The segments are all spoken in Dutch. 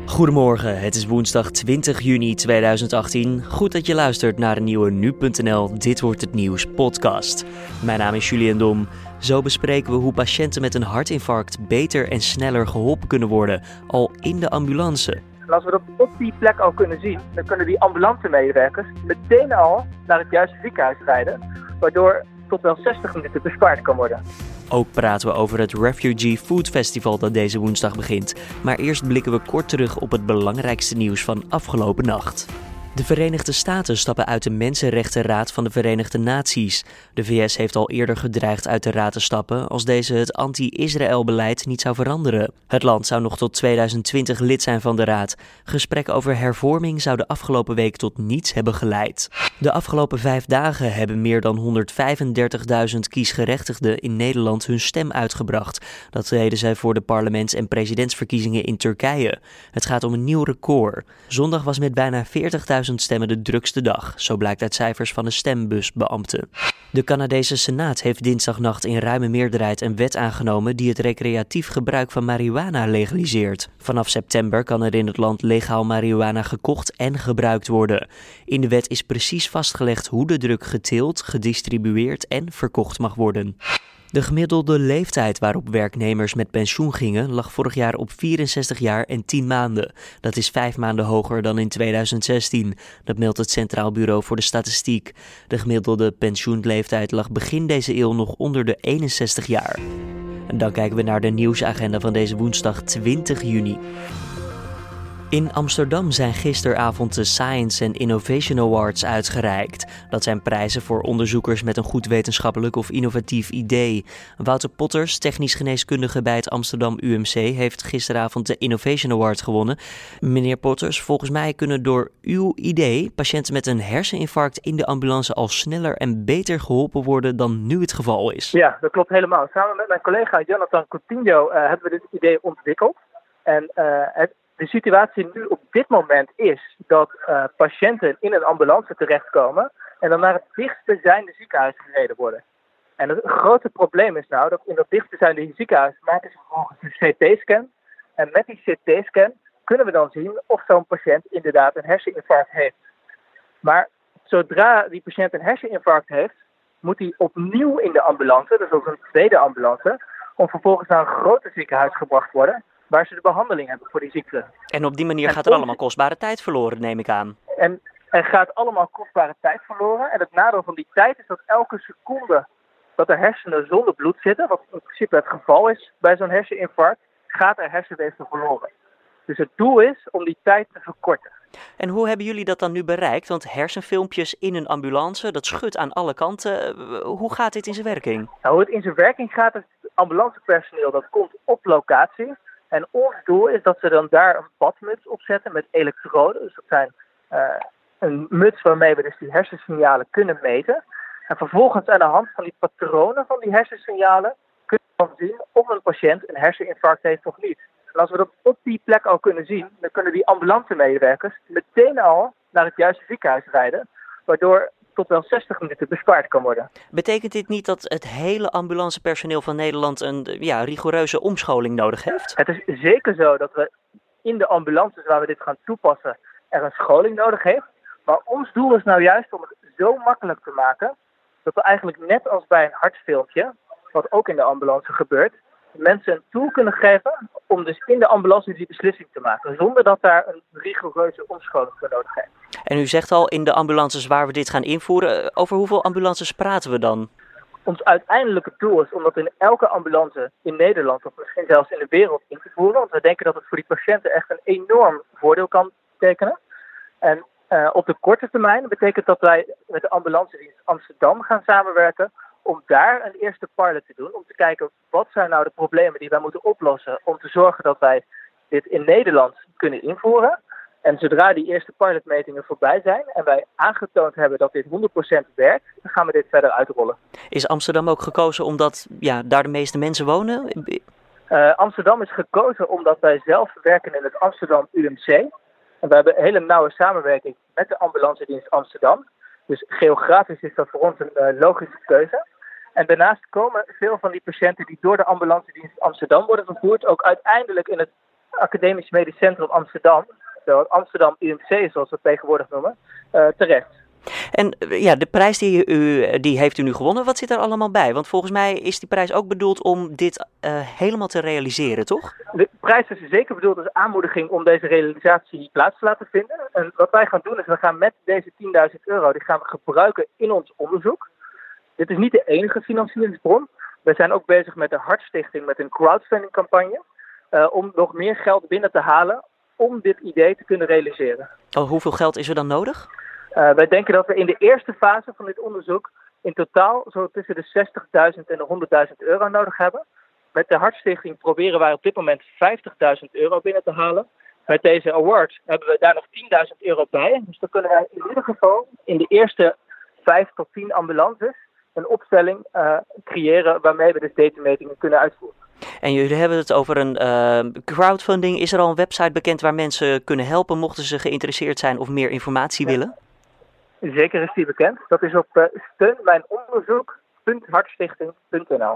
Goedemorgen, het is woensdag 20 juni 2018. Goed dat je luistert naar een nieuwe Nu.nl Dit Wordt Het Nieuws podcast. Mijn naam is Julian Dom. Zo bespreken we hoe patiënten met een hartinfarct beter en sneller geholpen kunnen worden, al in de ambulance. En als we dat op die plek al kunnen zien, dan kunnen die ambulancemedewerkers meteen al naar het juiste ziekenhuis rijden, waardoor tot wel 60 minuten bespaard kan worden. Ook praten we over het Refugee Food Festival dat deze woensdag begint. Maar eerst blikken we kort terug op het belangrijkste nieuws van afgelopen nacht. De Verenigde Staten stappen uit de Mensenrechtenraad van de Verenigde Naties. De VS heeft al eerder gedreigd uit de raad te stappen als deze het anti-Israël-beleid niet zou veranderen. Het land zou nog tot 2020 lid zijn van de raad. Gesprekken over hervorming zouden afgelopen week tot niets hebben geleid. De afgelopen 5 dagen hebben meer dan 135.000 kiesgerechtigden in Nederland hun stem uitgebracht. Dat deden zij voor de parlements- en presidentsverkiezingen in Turkije. Het gaat om een nieuw record. Zondag was met bijna 40.000 stemmen de drukste dag, zo blijkt uit cijfers van de stembusbeambten. De Canadese Senaat heeft dinsdagnacht in ruime meerderheid een wet aangenomen die het recreatief gebruik van marihuana legaliseert. Vanaf september kan er in het land legaal marihuana gekocht en gebruikt worden. In de wet is precies vastgelegd hoe de drug geteeld, gedistribueerd en verkocht mag worden. De gemiddelde leeftijd waarop werknemers met pensioen gingen lag vorig jaar op 64 jaar en 10 maanden. Dat is 5 maanden hoger dan in 2016. Dat meldt het Centraal Bureau voor de Statistiek. De gemiddelde pensioenleeftijd lag begin deze eeuw nog onder de 61 jaar. En dan kijken we naar de nieuwsagenda van deze woensdag 20 juni. In Amsterdam zijn gisteravond de Science and Innovation Awards uitgereikt. Dat zijn prijzen voor onderzoekers met een goed wetenschappelijk of innovatief idee. Wouter Potters, technisch geneeskundige bij het Amsterdam UMC, heeft gisteravond de Innovation Award gewonnen. Meneer Potters, volgens mij kunnen door uw idee patiënten met een herseninfarct in de ambulance al sneller en beter geholpen worden dan nu het geval is. Ja, dat klopt helemaal. Samen met mijn collega Jonathan Coutinho hebben we dit idee ontwikkeld. En de situatie nu op dit moment is dat patiënten in een ambulance terechtkomen en dan naar het dichtstbijzijnde ziekenhuis gereden worden. En het grote probleem is nou dat in dat dichtstbijzijnde ziekenhuis maken ze vervolgens een CT-scan. En met die CT-scan kunnen we dan zien of zo'n patiënt inderdaad een herseninfarct heeft. Maar zodra die patiënt een herseninfarct heeft, moet hij opnieuw in de ambulance, dus als een tweede ambulance, om vervolgens naar een groter ziekenhuis gebracht worden, waar ze de behandeling hebben voor die ziekte. En op die manier gaat er allemaal kostbare tijd verloren, neem ik aan. En er gaat allemaal kostbare tijd verloren. En het nadeel van die tijd is dat elke seconde dat er hersenen zonder bloed zitten, wat in principe het geval is bij zo'n herseninfarct, gaat er hersenweefsel verloren. Dus het doel is om die tijd te verkorten. En hoe hebben jullie dat dan nu bereikt? Want hersenfilmpjes in een ambulance, dat schudt aan alle kanten. Hoe gaat dit in zijn werking? Nou, hoe het in zijn werking gaat, is het ambulancepersoneel dat komt op locatie. En ons doel is dat ze dan daar een badmuts op zetten met elektroden. Dus dat zijn een muts waarmee we dus die hersensignalen kunnen meten. En vervolgens aan de hand van die patronen van die hersensignalen kunnen we dan zien of een patiënt een herseninfarct heeft of niet. En als we dat op die plek al kunnen zien, dan kunnen die ambulancemedewerkers meteen al naar het juiste ziekenhuis rijden, waardoor tot wel 60 minuten bespaard kan worden. Betekent dit niet dat het hele ambulancepersoneel van Nederland een rigoureuze omscholing nodig heeft? Het is zeker zo dat we in de ambulances waar we dit gaan toepassen er een scholing nodig heeft. Maar ons doel is nou juist om het zo makkelijk te maken dat we eigenlijk net als bij een hartfilmpje, wat ook in de ambulance gebeurt, mensen een tool kunnen geven om dus in de ambulance die beslissing te maken, zonder dat daar een rigoureuze omscholing voor nodig is. En u zegt al, in de ambulances waar we dit gaan invoeren, over hoeveel ambulances praten we dan? Ons uiteindelijke doel is om dat in elke ambulance in Nederland, of misschien zelfs in de wereld, in te voeren. Want we denken dat het voor die patiënten echt een enorm voordeel kan betekenen. En op de korte termijn betekent dat wij met de ambulancedienst Amsterdam gaan samenwerken om daar een eerste pilot te doen. Om te kijken, wat zijn nou de problemen die wij moeten oplossen om te zorgen dat wij dit in Nederland kunnen invoeren. En zodra die eerste pilotmetingen voorbij zijn en wij aangetoond hebben dat dit 100% werkt, dan gaan we dit verder uitrollen. Is Amsterdam ook gekozen omdat daar de meeste mensen wonen? Amsterdam is gekozen omdat wij zelf werken in het Amsterdam UMC. En we hebben een hele nauwe samenwerking met de ambulancedienst Amsterdam. Dus geografisch is dat voor ons een logische keuze. En daarnaast komen veel van die patiënten die door de ambulancedienst Amsterdam worden vervoerd ook uiteindelijk in het Academisch Medisch Centrum Amsterdam, het Amsterdam UMC zoals we het tegenwoordig noemen, terecht. En de prijs die heeft u nu gewonnen. Wat zit er allemaal bij? Want volgens mij is die prijs ook bedoeld om dit helemaal te realiseren, toch? De prijs is zeker bedoeld als aanmoediging om deze realisatie plaats te laten vinden. En wat wij gaan doen is, we gaan met deze €10.000, die gaan we gebruiken in ons onderzoek. Dit is niet de enige financieringsbron. We zijn ook bezig met de Hartstichting met een crowdfunding campagne. Om nog meer geld binnen te halen om dit idee te kunnen realiseren. Hoeveel geld is er dan nodig? Wij denken dat we in de eerste fase van dit onderzoek in totaal zo tussen de €60.000 en de €100.000 nodig hebben. Met de Hartstichting proberen wij op dit moment €50.000 binnen te halen. Met deze award hebben we daar nog €10.000 bij. Dus dan kunnen wij in ieder geval in de eerste 5 tot 10 ambulances een opstelling creëren waarmee we dus datametingen kunnen uitvoeren. En jullie hebben het over een crowdfunding. Is er al een website bekend waar mensen kunnen helpen mochten ze geïnteresseerd zijn of meer informatie willen? Zeker is die bekend. Dat is op steunmijnonderzoek.hartstichting.nl.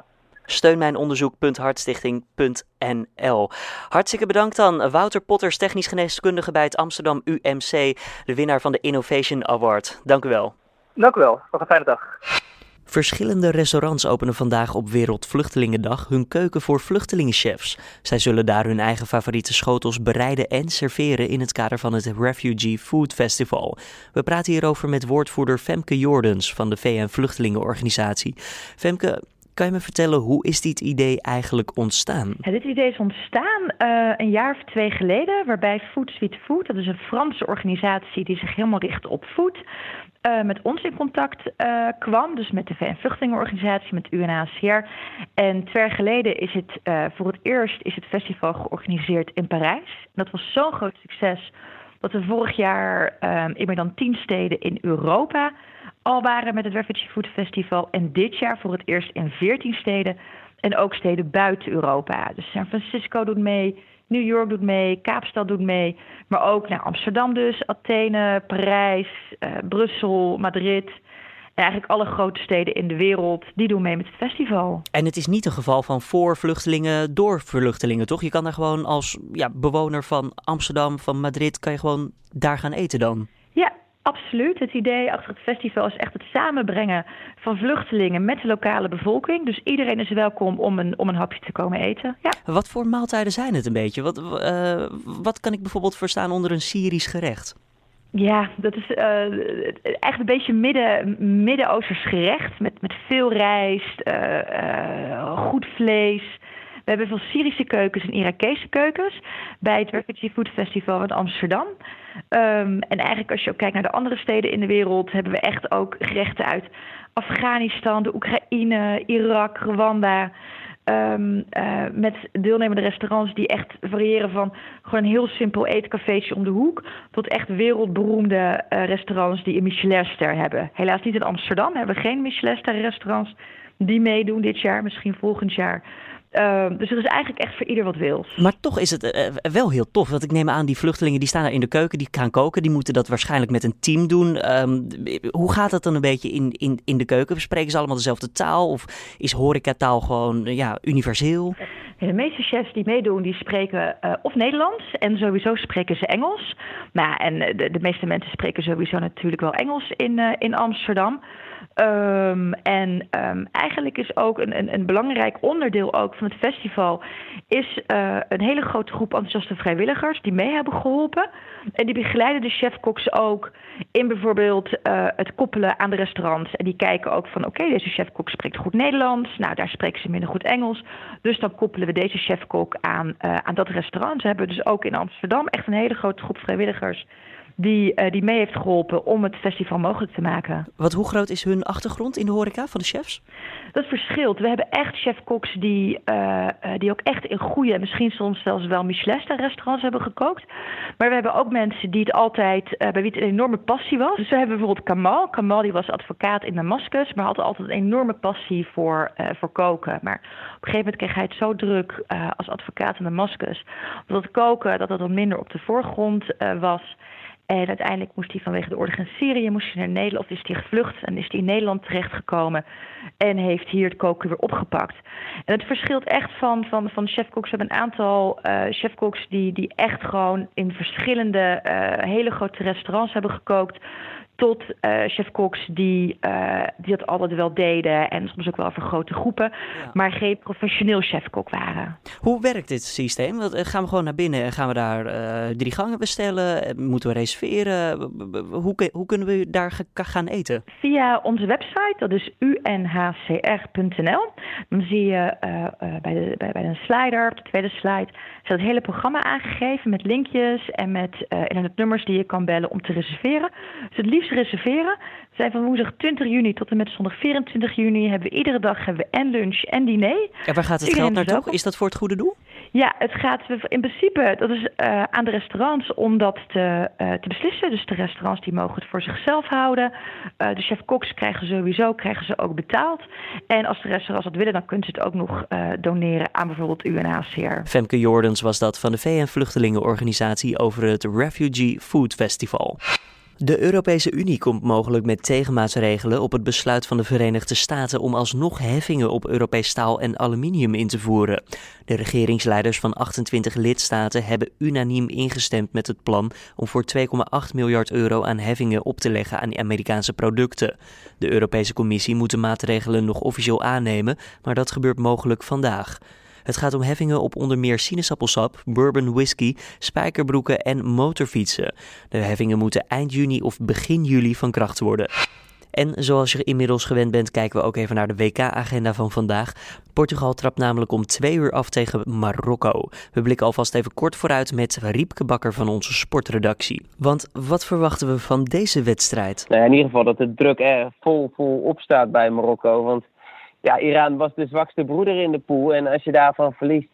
steunmijnonderzoek.hartstichting.nl. Hartstikke bedankt dan. Wouter Potters, technisch geneeskundige bij het Amsterdam UMC, de winnaar van de Innovation Award. Dank u wel. Dank u wel. Nog een fijne dag. Verschillende restaurants openen vandaag op Wereldvluchtelingendag hun keuken voor vluchtelingenchefs. Zij zullen daar hun eigen favoriete schotels bereiden en serveren in het kader van het Refugee Food Festival. We praten hierover met woordvoerder Femke Jordens van de VN-vluchtelingenorganisatie. Femke, kan je me vertellen, hoe is dit idee eigenlijk ontstaan? Ja, dit idee is ontstaan een jaar of 2 geleden, waarbij Food Sweet Food, dat is een Franse organisatie die zich helemaal richt op food, met ons in contact kwam. Dus met de VN-vluchtelingenorganisatie, met UNHCR. En 2 jaar geleden is het voor het eerst is het festival georganiseerd in Parijs. En dat was zo'n groot succes dat we vorig jaar in meer dan 10 steden in Europa al waren met het Refugee Food Festival. En dit jaar voor het eerst in 14 steden en ook steden buiten Europa. Dus San Francisco doet mee, New York doet mee, Kaapstad doet mee. Maar ook naar Amsterdam dus, Athene, Parijs, Brussel, Madrid. En eigenlijk alle grote steden in de wereld, die doen mee met het festival. En het is niet een geval van voor vluchtelingen, door vluchtelingen, toch? Je kan daar gewoon als bewoner van Amsterdam, van Madrid, kan je gewoon daar gaan eten dan? Ja, absoluut. Het idee achter het festival is echt het samenbrengen van vluchtelingen met de lokale bevolking. Dus iedereen is welkom om een hapje te komen eten. Ja. Wat voor maaltijden zijn het een beetje? Wat kan ik bijvoorbeeld verstaan onder een Syrisch gerecht? Ja, dat is echt een beetje Midden-Oosters gerecht met veel rijst, goed vlees. We hebben veel Syrische keukens en Irakese keukens bij het Refugee Food Festival in Amsterdam. En eigenlijk als je ook kijkt naar de andere steden in de wereld, hebben we echt ook gerechten uit Afghanistan, de Oekraïne, Irak, Rwanda. Met deelnemende restaurants die echt variëren van gewoon een heel simpel eetcafeetje om de hoek tot echt wereldberoemde restaurants die een Michelinster hebben. Helaas niet in Amsterdam, hebben we geen Michelinster restaurants die meedoen dit jaar, misschien volgend jaar. Dus er is eigenlijk echt voor ieder wat wils. Maar toch is het wel heel tof. Want ik neem aan, die vluchtelingen die staan daar in de keuken, die gaan koken. Die moeten dat waarschijnlijk met een team doen. Hoe gaat dat dan een beetje in de keuken? Spreken ze allemaal dezelfde taal? Of is horecataal gewoon universeel? De meeste chefs die meedoen, die spreken of Nederlands en sowieso spreken ze Engels. Nou, en de meeste mensen spreken sowieso natuurlijk wel Engels in Amsterdam. Eigenlijk is ook een belangrijk onderdeel ook van het festival is een hele grote groep enthousiaste vrijwilligers die mee hebben geholpen. En die begeleiden de chefkoks ook in bijvoorbeeld het koppelen aan de restaurants. En die kijken ook van oké, deze chefkok spreekt goed Nederlands. Nou, daar spreken ze minder goed Engels. Dus dan koppelen we deze chefkok aan dat restaurant. We hebben dus ook in Amsterdam echt een hele grote groep vrijwilligers die mee heeft geholpen om het festival mogelijk te maken. Hoe groot is hun achtergrond in de horeca van de chefs? Dat verschilt. We hebben echt chefkoks die ook echt in goede, misschien soms zelfs wel Michelin-restaurants hebben gekookt. Maar we hebben ook mensen die het altijd, bij wie het een enorme passie was. Dus we hebben bijvoorbeeld Kamal. Kamal die was advocaat in Damascus, maar had altijd een enorme passie voor koken. Maar op een gegeven moment kreeg hij het zo druk als advocaat in Damascus, dat het koken dat dan minder op de voorgrond was. En uiteindelijk moest hij vanwege de oorlog in Syrië naar Nederland, of is hij gevlucht en is hij in Nederland terechtgekomen en heeft hier het koken weer opgepakt. En het verschilt echt van chefkoks. We hebben een aantal chefkoks die echt gewoon in verschillende hele grote restaurants hebben gekookt, tot chefkoks die dat altijd wel deden en soms ook wel voor grote groepen, maar geen professioneel chefkok waren. Hoe werkt dit systeem? Gaan we gewoon naar binnen en gaan we daar 3 gangen bestellen? Moeten we reserveren? Hoe kunnen we daar gaan eten? Via onze website, dat is unhcr.nl. Dan zie je bij de slider, op de tweede slide, staat het hele programma aangegeven met linkjes en met nummers die je kan bellen om te reserveren. Dus het liefst reserveren. We zijn van woensdag 20 juni tot en met zondag 24 juni hebben we iedere dag en lunch en diner. En waar gaat het geld naartoe? Is dat voor het goede doel? Ja, het gaat in principe, dat is aan de restaurants om dat te beslissen. Dus de restaurants die mogen het voor zichzelf houden. De chef-koks krijgen ze ook betaald. En als de restaurants dat willen, dan kunnen ze het ook nog doneren aan bijvoorbeeld UNHCR. Femke Jordens was dat van de VN-vluchtelingenorganisatie over het Refugee Food Festival. De Europese Unie komt mogelijk met tegenmaatregelen op het besluit van de Verenigde Staten om alsnog heffingen op Europees staal en aluminium in te voeren. De regeringsleiders van 28 lidstaten hebben unaniem ingestemd met het plan om voor 2,8 miljard euro aan heffingen op te leggen aan Amerikaanse producten. De Europese Commissie moet de maatregelen nog officieel aannemen, maar dat gebeurt mogelijk vandaag. Het gaat om heffingen op onder meer sinaasappelsap, bourbon whisky, spijkerbroeken en motorfietsen. De heffingen moeten eind juni of begin juli van kracht worden. En zoals je inmiddels gewend bent, kijken we ook even naar de WK-agenda van vandaag. Portugal trapt namelijk om 2 uur af tegen Marokko. We blikken alvast even kort vooruit met Riepke Bakker van onze sportredactie. Want wat verwachten we van deze wedstrijd? Nou ja, in ieder geval dat de druk er vol op staat bij Marokko. Want ja, Iran was de zwakste broeder in de pool. En als je daarvan verliest,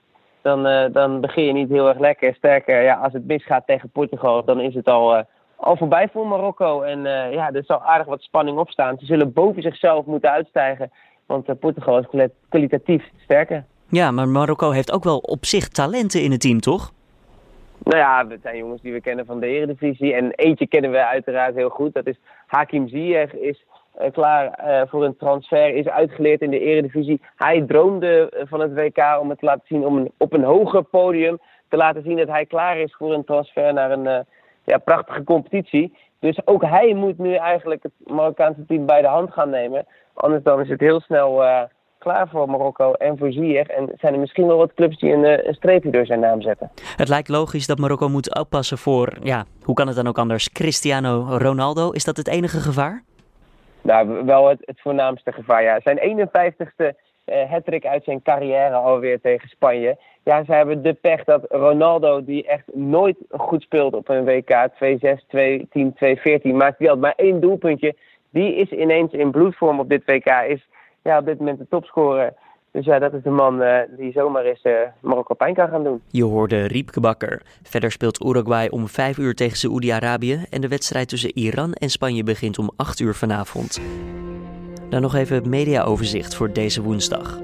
dan begin je niet heel erg lekker. Sterker, ja, als het misgaat tegen Portugal, dan is het al voorbij voor Marokko. En er zal aardig wat spanning op staan. Ze zullen boven zichzelf moeten uitstijgen. Want Portugal is kwalitatief sterker. Ja, maar Marokko heeft ook wel op zich talenten in het team, toch? Nou ja, dat zijn jongens die we kennen van de Eredivisie. En eentje kennen we uiteraard heel goed. Dat is Hakim Ziyech, is klaar voor een transfer, is uitgeleerd in de Eredivisie. Hij droomde van het WK om het te laten zien, om op een hoger podium te laten zien dat hij klaar is voor een transfer naar een prachtige competitie. Dus ook hij moet nu eigenlijk het Marokkaanse team bij de hand gaan nemen. Anders dan is het heel snel klaar voor Marokko en voor Ziyech. En zijn er misschien wel wat clubs die een streepje door zijn naam zetten. Het lijkt logisch dat Marokko moet oppassen voor, hoe kan het dan ook anders, Cristiano Ronaldo. Is dat het enige gevaar? Nou, wel het voornaamste gevaar, ja. Zijn 51ste hattrick uit zijn carrière alweer tegen Spanje. Ja, ze hebben de pech dat Ronaldo, die echt nooit goed speelt op een WK, 2-6, 2-10, 2-14, maakt die altijd maar 1 doelpuntje. Die is ineens in bloedvorm op dit WK, is op dit moment de topscorer. Dus ja, dat is de man die zomaar eens Marokko pijn kan gaan doen. Je hoorde Riepke Bakker. Verder speelt Uruguay om 5 uur tegen Saoedi-Arabië en de wedstrijd tussen Iran en Spanje begint om 8 uur vanavond. Dan nog even het mediaoverzicht voor deze woensdag.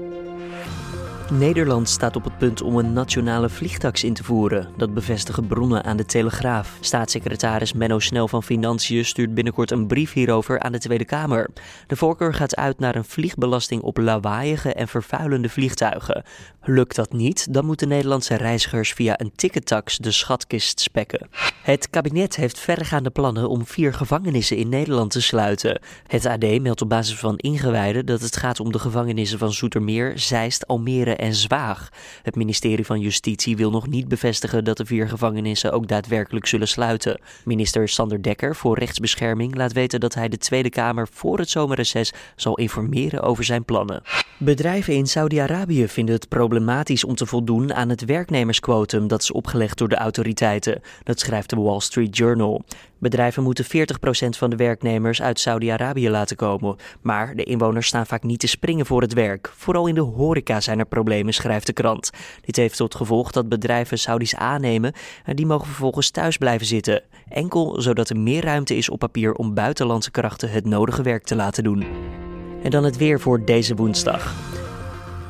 Nederland staat op het punt om een nationale vliegtax in te voeren. Dat bevestigen bronnen aan de Telegraaf. Staatssecretaris Menno Snel van Financiën stuurt binnenkort een brief hierover aan de Tweede Kamer. De voorkeur gaat uit naar een vliegbelasting op lawaaiige en vervuilende vliegtuigen. Lukt dat niet, dan moeten Nederlandse reizigers via een tickettax de schatkist spekken. Het kabinet heeft verregaande plannen om 4 gevangenissen in Nederland te sluiten. Het AD meldt op basis van ingewijden dat het gaat om de gevangenissen van Zoetermeer, Zeist, Almere en Zwaag. Het ministerie van Justitie wil nog niet bevestigen dat de 4 gevangenissen ook daadwerkelijk zullen sluiten. Minister Sander Dekker voor Rechtsbescherming laat weten dat hij de Tweede Kamer voor het zomerreces zal informeren over zijn plannen. Bedrijven in Saudi-Arabië vinden het problematisch om te voldoen aan het werknemersquotum dat is opgelegd door de autoriteiten. Dat schrijft de Wall Street Journal. Bedrijven moeten 40% van de werknemers uit Saudi-Arabië laten komen. Maar de inwoners staan vaak niet te springen voor het werk. Vooral in de horeca zijn er problemen, schrijft de krant. Dit heeft tot gevolg dat bedrijven Saudis aannemen en die mogen vervolgens thuis blijven zitten. Enkel zodat er meer ruimte is op papier om buitenlandse krachten het nodige werk te laten doen. En dan het weer voor deze woensdag.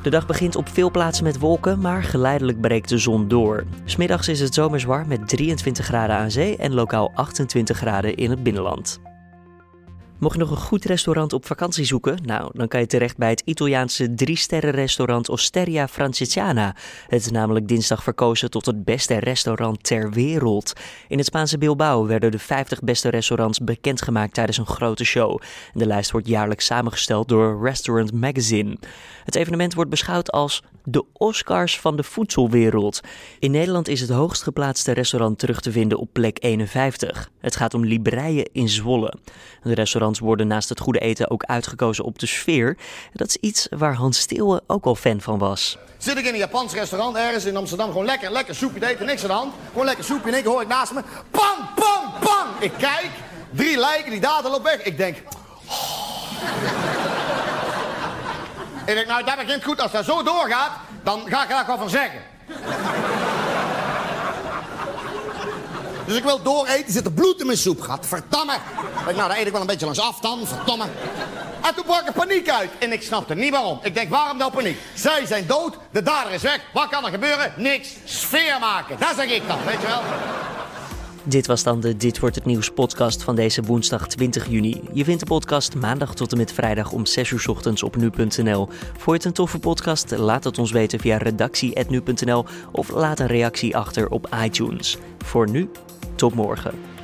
De dag begint op veel plaatsen met wolken, maar geleidelijk breekt de zon door. 'S Middags is het zomers warm met 23 graden aan zee en lokaal 28 graden in het binnenland. Mocht je nog een goed restaurant op vakantie zoeken? Nou, dan kan je terecht bij het Italiaanse 3-sterrenrestaurant Osteria Francescana. Het is namelijk dinsdag verkozen tot het beste restaurant ter wereld. In het Spaanse Bilbao werden de 50 beste restaurants bekendgemaakt tijdens een grote show. De lijst wordt jaarlijks samengesteld door Restaurant Magazine. Het evenement wordt beschouwd als de Oscars van de voedselwereld. In Nederland is het hoogst geplaatste restaurant terug te vinden op plek 51. Het gaat om Libreien in Zwolle. De restaurants worden naast het goede eten ook uitgekozen op de sfeer. Dat is iets waar Hans Steeuwen ook al fan van was. Zit ik in een Japans restaurant ergens in Amsterdam, gewoon lekker soepje te eten, niks aan de hand. Gewoon lekker soepje en één keer hoor ik naast me, pam, pam, pam. Ik kijk, 3 lijken, die dader loopt weg. Ik denk, Ik denk, nou dat begint goed, als dat zo doorgaat, dan ga ik er wat van zeggen. Dus ik wil dooreten, er zit er bloed in mijn soep, gadverdamme. Ik denk, nou, dan eet ik wel een beetje langs af dan, verdomme. En toen brak er paniek uit. En ik snapte niet waarom. Ik denk, waarom nou paniek? Zij zijn dood, de dader is weg. Wat kan er gebeuren? Niks. Sfeer maken. Dat zeg ik dan, weet je wel. Dit was dan de Dit Wordt Het Nieuws podcast van deze woensdag 20 juni. Je vindt de podcast maandag tot en met vrijdag om 6 uur 's ochtends op nu.nl. Vond je het een toffe podcast? Laat het ons weten via redactie@nu.nl of laat een reactie achter op iTunes. Voor nu, tot morgen.